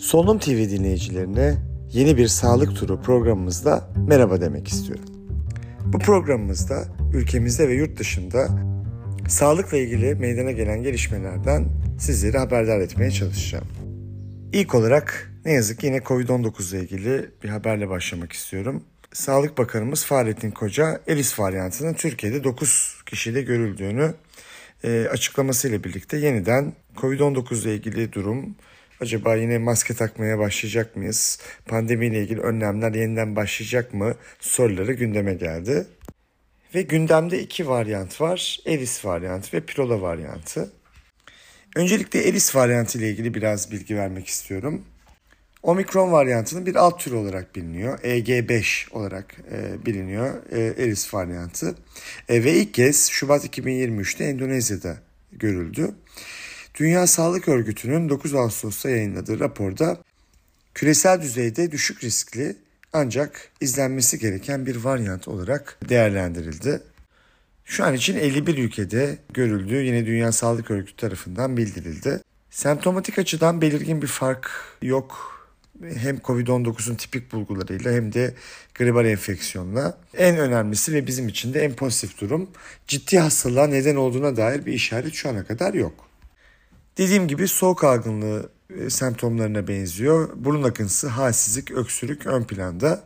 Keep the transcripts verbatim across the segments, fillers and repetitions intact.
Solunum T V dinleyicilerine yeni bir sağlık turu programımızda merhaba demek istiyorum. Bu programımızda ülkemizde ve yurt dışında sağlıkla ilgili meydana gelen gelişmelerden sizleri haberdar etmeye çalışacağım. İlk olarak ne yazık ki yine covid on dokuz ile ilgili bir haberle başlamak istiyorum. Sağlık Bakanımız Fahrettin Koca, Eris varyantının Türkiye'de dokuz kişide görüldüğünü e, açıklamasıyla birlikte yeniden covid on dokuz ile ilgili durum, acaba yine maske takmaya başlayacak mıyız, pandemiyle ilgili önlemler yeniden başlayacak mı soruları gündeme geldi. Ve gündemde iki varyant var, Eris varyantı ve Pirola varyantı. Öncelikle Eris varyantı ile ilgili biraz bilgi vermek istiyorum. Omikron varyantının bir alt türü olarak biliniyor. E G beş olarak e, biliniyor e, Eris varyantı. E, ve ilk kez Şubat iki bin yirmi üçte Endonezya'da görüldü. Dünya Sağlık Örgütü'nün dokuz Ağustos'ta yayınladığı raporda küresel düzeyde düşük riskli ancak izlenmesi gereken bir varyant olarak değerlendirildi. Şu an için elli bir ülkede görüldüğü yine Dünya Sağlık Örgütü tarafından bildirildi. Semptomatik açıdan belirgin bir fark yok. Hem covid on dokuzun tipik bulgularıyla hem de gribal enfeksiyonla. En önemlisi ve bizim için de en pozitif durum, ciddi hastalığa neden olduğuna dair bir işaret şu ana kadar yok. Dediğim gibi soğuk algınlığı semptomlarına benziyor. Burun akıntısı, halsizlik, öksürük ön planda.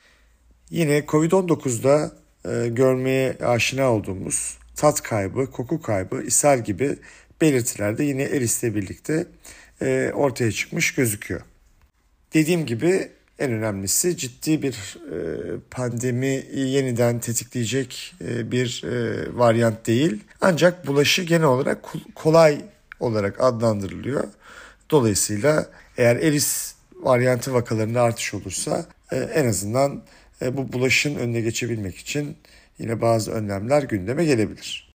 Yine covid on dokuzda e, görmeye aşina olduğumuz tat kaybı, koku kaybı, ishal gibi belirtiler de yine Eris'le birlikte e, ortaya çıkmış gözüküyor. Dediğim gibi en önemlisi ciddi bir e, pandemi yeniden tetikleyecek e, bir e, varyant değil. Ancak bulaşı genel olarak kolay olarak adlandırılıyor. Dolayısıyla eğer Eris varyantı vakalarında artış olursa e, en azından e, bu bulaşın önüne geçebilmek için yine bazı önlemler gündeme gelebilir.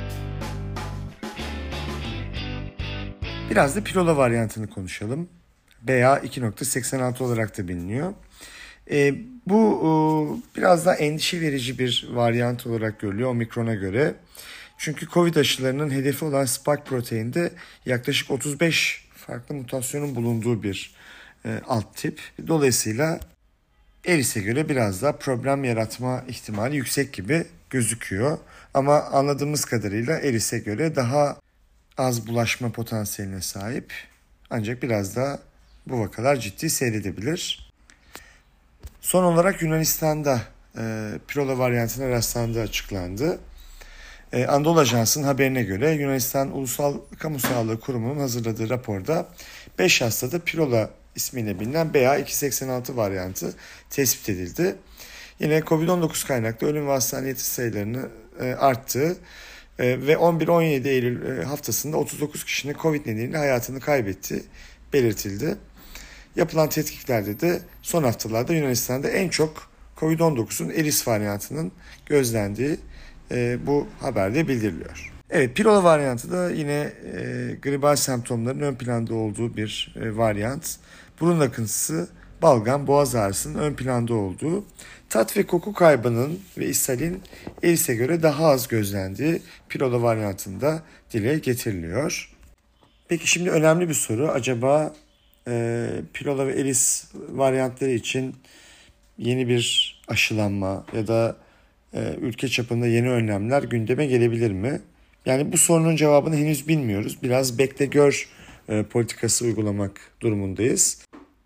Biraz da Pirola varyantını konuşalım. B A iki nokta seksen altı olarak da biliniyor. E, bu e, biraz daha endişe verici bir varyant olarak görülüyor Omikron'a göre. Çünkü Covid aşılarının hedefi olan spike proteinde yaklaşık otuz beş farklı mutasyonun bulunduğu bir e, alt tip. Dolayısıyla Eris'e göre biraz daha problem yaratma ihtimali yüksek gibi gözüküyor. Ama anladığımız kadarıyla Eris'e göre daha az bulaşma potansiyeline sahip. Ancak biraz daha bu vakalar ciddi seyredebilir. Son olarak Yunanistan'da e, Pirola varyantına rastlandığı açıklandı. E, Anadolu Ajansı'nın haberine göre Yunanistan Ulusal Kamu Sağlığı Kurumu'nun hazırladığı raporda beş hastada Pirola ismiyle bilinen B A iki nokta seksen altı varyantı tespit edildi. Yine covid on dokuz kaynaklı ölüm ve hastane yatış sayılarını e, arttığı e, ve on bir on yedi Eylül e, haftasında otuz dokuz kişinin Covid nedeniyle hayatını kaybetti belirtildi. Yapılan tetkiklerde de son haftalarda Yunanistan'da en çok covid on dokuzun Eris varyantının gözlendiği e, bu haberde bildiriliyor. Evet, Pirola varyantı da yine e, gribal semptomların ön planda olduğu bir e, varyant. Burun akıntısı, balgam, boğaz ağrısının ön planda olduğu, tat ve koku kaybının ve ishalin Eris'e göre daha az gözlendiği Pirola varyantında dile getiriliyor. Peki şimdi önemli bir soru. Acaba e, Pirola ve Eris varyantları için yeni bir aşılanma ya da e, ülke çapında yeni önlemler gündeme gelebilir mi? Yani bu sorunun cevabını henüz bilmiyoruz. Biraz bekle gör e, politikası uygulamak durumundayız.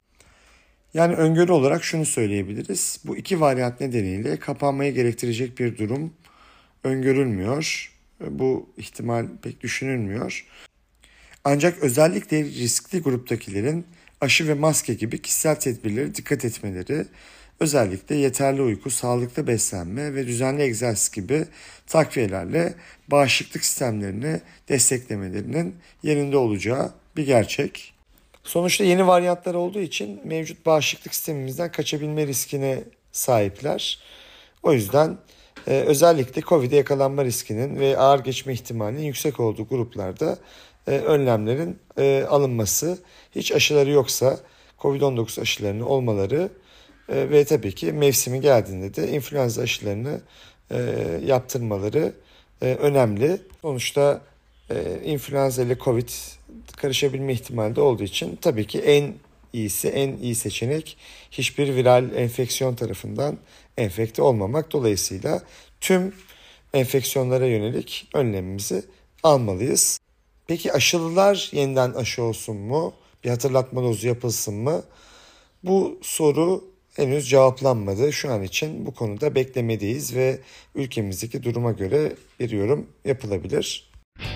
Yani öngörü olarak şunu söyleyebiliriz. Bu iki varyant nedeniyle kapanmayı gerektirecek bir durum öngörülmüyor. Bu ihtimal pek düşünülmüyor. Ancak özellikle riskli gruptakilerin aşı ve maske gibi kişisel tedbirlere dikkat etmeleri, özellikle yeterli uyku, sağlıklı beslenme ve düzenli egzersiz gibi takviyelerle bağışıklık sistemlerini desteklemelerinin yerinde olacağı bir gerçek. Sonuçta yeni varyantlar olduğu için mevcut bağışıklık sistemimizden kaçabilme riskine sahipler. O yüzden e, özellikle Covid'e yakalanma riskinin ve ağır geçme ihtimalinin yüksek olduğu gruplarda e, önlemlerin e, alınması, hiç aşıları yoksa covid on dokuz aşılarının olmaları e, ve tabii ki mevsimi geldiğinde de influenza aşılarını e, yaptırmaları e, önemli. Sonuçta e, influenza ile Covid karışabilme ihtimali de olduğu için tabii ki en iyisi, en iyi seçenek hiçbir viral enfeksiyon tarafından enfekte olmamak. Dolayısıyla tüm enfeksiyonlara yönelik önlemimizi almalıyız. Peki aşılılar yeniden aşı olsun mu? Bir hatırlatma dozu yapılsın mı? Bu soru henüz cevaplanmadı. Şu an için bu konuda beklemedeyiz ve ülkemizdeki duruma göre bir yorum yapılabilir.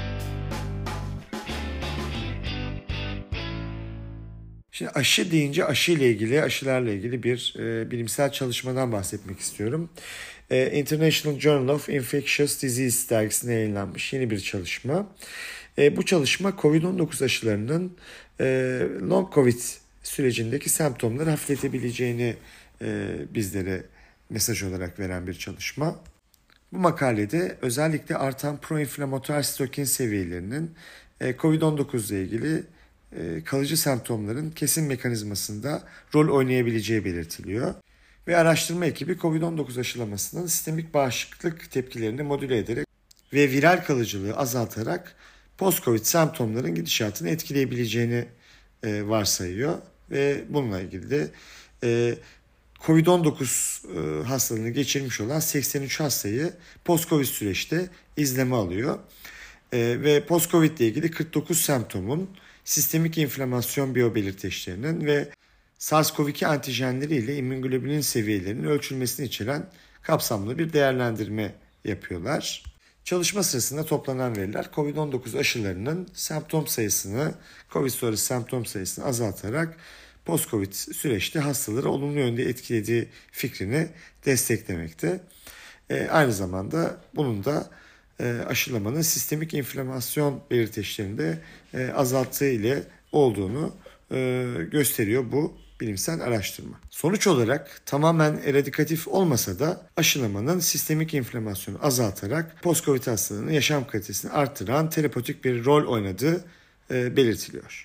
Şimdi aşı deyince aşı ile ilgili, aşılarla ilgili bir e, bilimsel çalışmadan bahsetmek istiyorum. E, International Journal of Infectious Disease dergisinde yayınlanmış yeni bir çalışma. E, bu çalışma kovid on dokuz aşılarının e, long covid sürecindeki semptomları hafifletebileceğini e, bizlere mesaj olarak veren bir çalışma. Bu makalede özellikle artan proinflamatuar sitokin seviyelerinin e, kovid on dokuz ile ilgili e, kalıcı semptomların kesin mekanizmasında rol oynayabileceği belirtiliyor. Ve araştırma ekibi kovid on dokuz aşılamasının sistemik bağışıklık tepkilerini modüle ederek ve viral kalıcılığı azaltarak post-covid semptomların gidişatını etkileyebileceğini e, varsayıyor. Ve bununla ilgili de e, kovid on dokuz e, hastalığını geçirmiş olan seksen üç hastayı post-covid süreçte izleme alıyor. E, ve post-covid ile ilgili kırk dokuz semptomun sistemik inflamasyon biyobelirteçlerinin ve SARS-CoV iki antijenleri ile immünoglobulin seviyelerinin ölçülmesini içeren kapsamlı bir değerlendirme yapıyorlar. Çalışma sırasında toplanan veriler kovid on dokuz aşılarının semptom sayısını, COVID sonrası semptom sayısını azaltarak post-covid süreçte hastaları olumlu yönde etkilediği fikrini desteklemekte. E, aynı zamanda bunun da e, aşılamanın sistemik inflamasyon belirteçlerini de e, azalttığı ile olduğunu e, gösteriyor bu bilimsel araştırma. Sonuç olarak tamamen eradikatif olmasa da aşılamanın sistemik inflamasyonu azaltarak post-covid hastalığının yaşam kalitesini arttıran terapötik bir rol oynadığı e, belirtiliyor.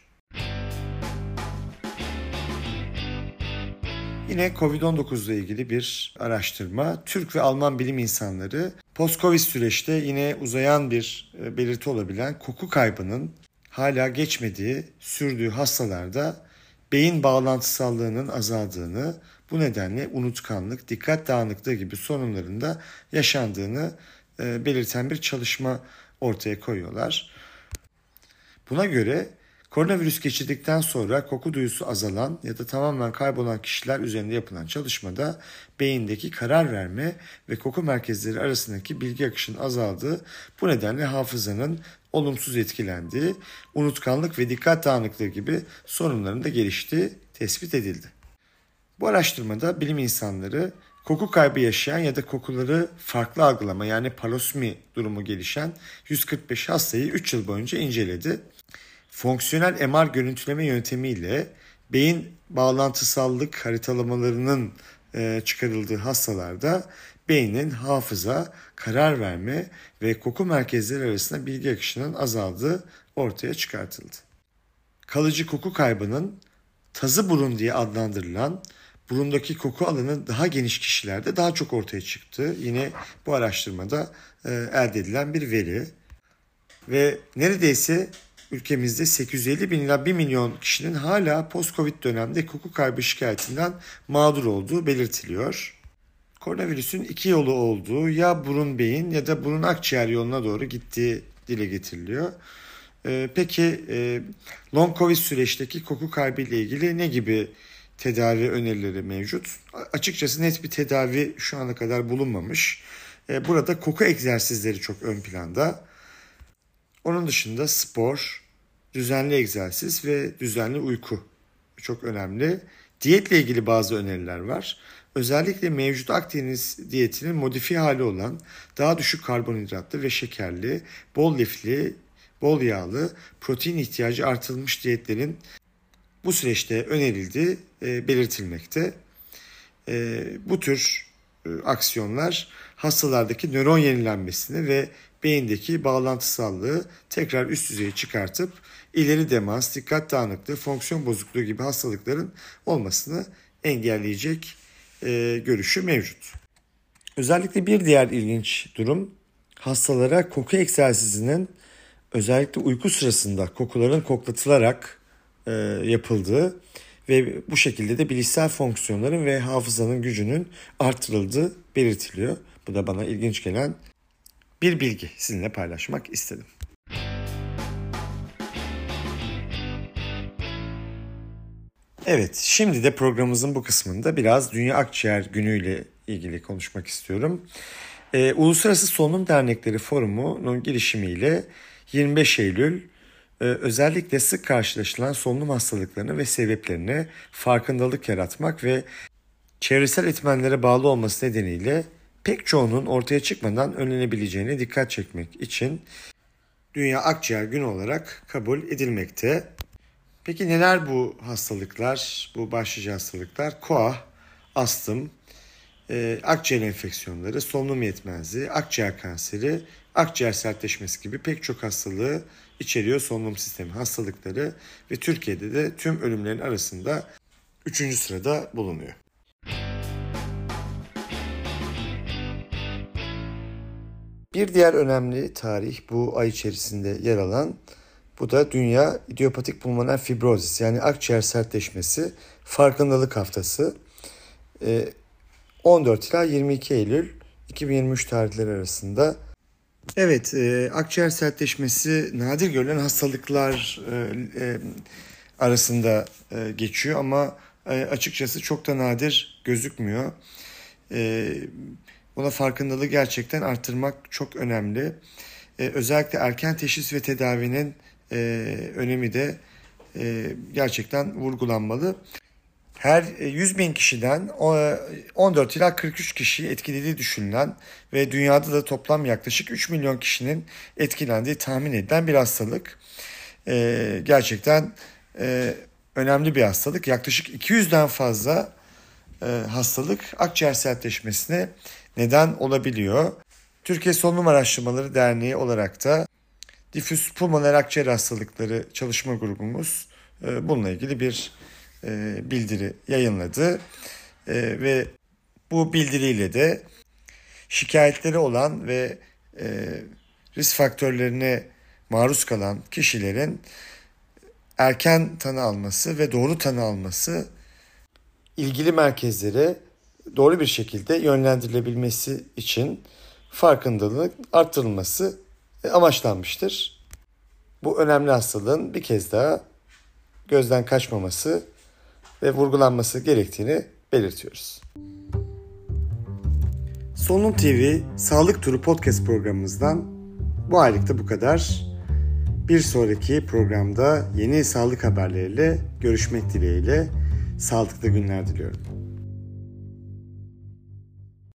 Yine kovid on dokuz ile ilgili bir araştırma. Türk ve Alman bilim insanları post-covid süreçte yine uzayan bir belirti olabilen koku kaybının hala geçmediği, sürdüğü hastalarda beyin bağlantısallığının azaldığını, bu nedenle unutkanlık, dikkat dağınıklığı gibi sorunların da yaşandığını belirten bir çalışma ortaya koyuyorlar. Buna göre koronavirüs geçirdikten sonra koku duyusu azalan ya da tamamen kaybolan kişiler üzerinde yapılan çalışmada beyindeki karar verme ve koku merkezleri arasındaki bilgi akışının azaldığı, bu nedenle hafızanın olumsuz etkilendiği, unutkanlık ve dikkat dağınıklığı gibi sorunların da geliştiği tespit edildi. Bu araştırmada bilim insanları koku kaybı yaşayan ya da kokuları farklı algılama yani parosmi durumu gelişen yüz kırk beş hastayı üç yıl boyunca inceledi. Fonksiyonel M R görüntüleme yöntemiyle beyin bağlantısallık haritalamalarının çıkarıldığı hastalarda beynin hafıza, karar verme ve koku merkezleri arasında bilgi akışının azaldığı ortaya çıkartıldı. Kalıcı koku kaybının tazı burun diye adlandırılan burundaki koku alanı daha geniş kişilerde daha çok ortaya çıktı. Yine bu araştırmada elde edilen bir veri ve neredeyse ülkemizde sekiz yüz elli bin ila bir milyon kişinin hala post-covid dönemde koku kaybı şikayetinden mağdur olduğu belirtiliyor. Koronavirüsün iki yolu olduğu, ya burun beyin ya da burun akciğer yoluna doğru gittiği dile getiriliyor. Ee, peki e, long covid süreçteki koku kaybı ile ilgili ne gibi tedavi önerileri mevcut? Açıkçası net bir tedavi şu ana kadar bulunmamış. Ee, burada koku egzersizleri çok ön planda. Onun dışında spor, düzenli egzersiz ve düzenli uyku çok önemli. Diyetle ilgili bazı öneriler var. Özellikle mevcut Akdeniz diyetinin modifiye hali olan daha düşük karbonhidratlı ve şekerli, bol lifli, bol yağlı, protein ihtiyacı artırılmış diyetlerin bu süreçte önerildiği e, belirtilmekte. E, bu tür e, aksiyonlar hastalardaki nöron yenilenmesini ve beyindeki bağlantısallığı tekrar üst düzeye çıkartıp ileri demans, dikkat dağınıklığı, fonksiyon bozukluğu gibi hastalıkların olmasını engelleyecek e, görüşü mevcut. Özellikle bir diğer ilginç durum, hastalara koku egzersizinin özellikle uyku sırasında kokuların koklatılarak e, yapıldığı ve bu şekilde de bilişsel fonksiyonların ve hafızanın gücünün artırıldığı belirtiliyor. Bu da bana ilginç gelen bir bilgi, sizinle paylaşmak istedim. Evet, şimdi de programımızın bu kısmında biraz Dünya Akciğer Günü ile ilgili konuşmak istiyorum. Ee, Uluslararası Solunum Dernekleri Forumu'nun girişimiyle yirmi beş Eylül e, özellikle sık karşılaşılan solunum hastalıklarını ve sebeplerine farkındalık yaratmak ve çevresel etmenlere bağlı olması nedeniyle pek çoğunun ortaya çıkmadan önlenebileceğine dikkat çekmek için Dünya Akciğer Günü olarak kabul edilmekte. Peki neler bu hastalıklar, bu başlıca hastalıklar? Koah, astım, e, akciğer enfeksiyonları, solunum yetmezliği, akciğer kanseri, akciğer sertleşmesi gibi pek çok hastalığı içeriyor solunum sistemi hastalıkları ve Türkiye'de de tüm ölümlerin arasında üçüncü sırada bulunuyor. Bir diğer önemli tarih bu ay içerisinde yer alan, bu da Dünya İdiopatik Pulmoner Fibrozis yani akciğer sertleşmesi farkındalık haftası. on dört ila yirmi iki Eylül iki bin yirmi üç tarihleri arasında. Evet, e, akciğer sertleşmesi nadir görülen hastalıklar e, e, arasında e, geçiyor ama e, açıkçası çok da nadir gözükmüyor. E, buna farkındalığı gerçekten arttırmak çok önemli. E, özellikle erken teşhis ve tedavinin e, önemi de e, gerçekten vurgulanmalı. Her yüz bin kişiden on dört ila kırk üç kişiyi etkilediği düşünülen ve dünyada da toplam yaklaşık üç milyon kişinin etkilendiği tahmin edilen bir hastalık. Ee, gerçekten e, önemli bir hastalık. Yaklaşık iki yüzden fazla e, hastalık akciğer sertleşmesine neden olabiliyor. Türkiye Solunum Araştırmaları Derneği olarak da Difüz Pulmoner Akciğer Hastalıkları Çalışma Grubumuz e, bununla ilgili bir bildiri yayınladı e, ve bu bildiriyle de şikayetleri olan ve e, risk faktörlerine maruz kalan kişilerin erken tanı alması ve doğru tanı alması, ilgili merkezlere doğru bir şekilde yönlendirilebilmesi için farkındalığın arttırılması amaçlanmıştır. Bu önemli hastalığın bir kez daha gözden kaçmaması ve vurgulanması gerektiğini belirtiyoruz. Solunum T V Sağlık Turu Podcast programımızdan bu aylık da bu kadar. Bir sonraki programda yeni sağlık haberleriyle görüşmek dileğiyle sağlıklı günler diliyorum.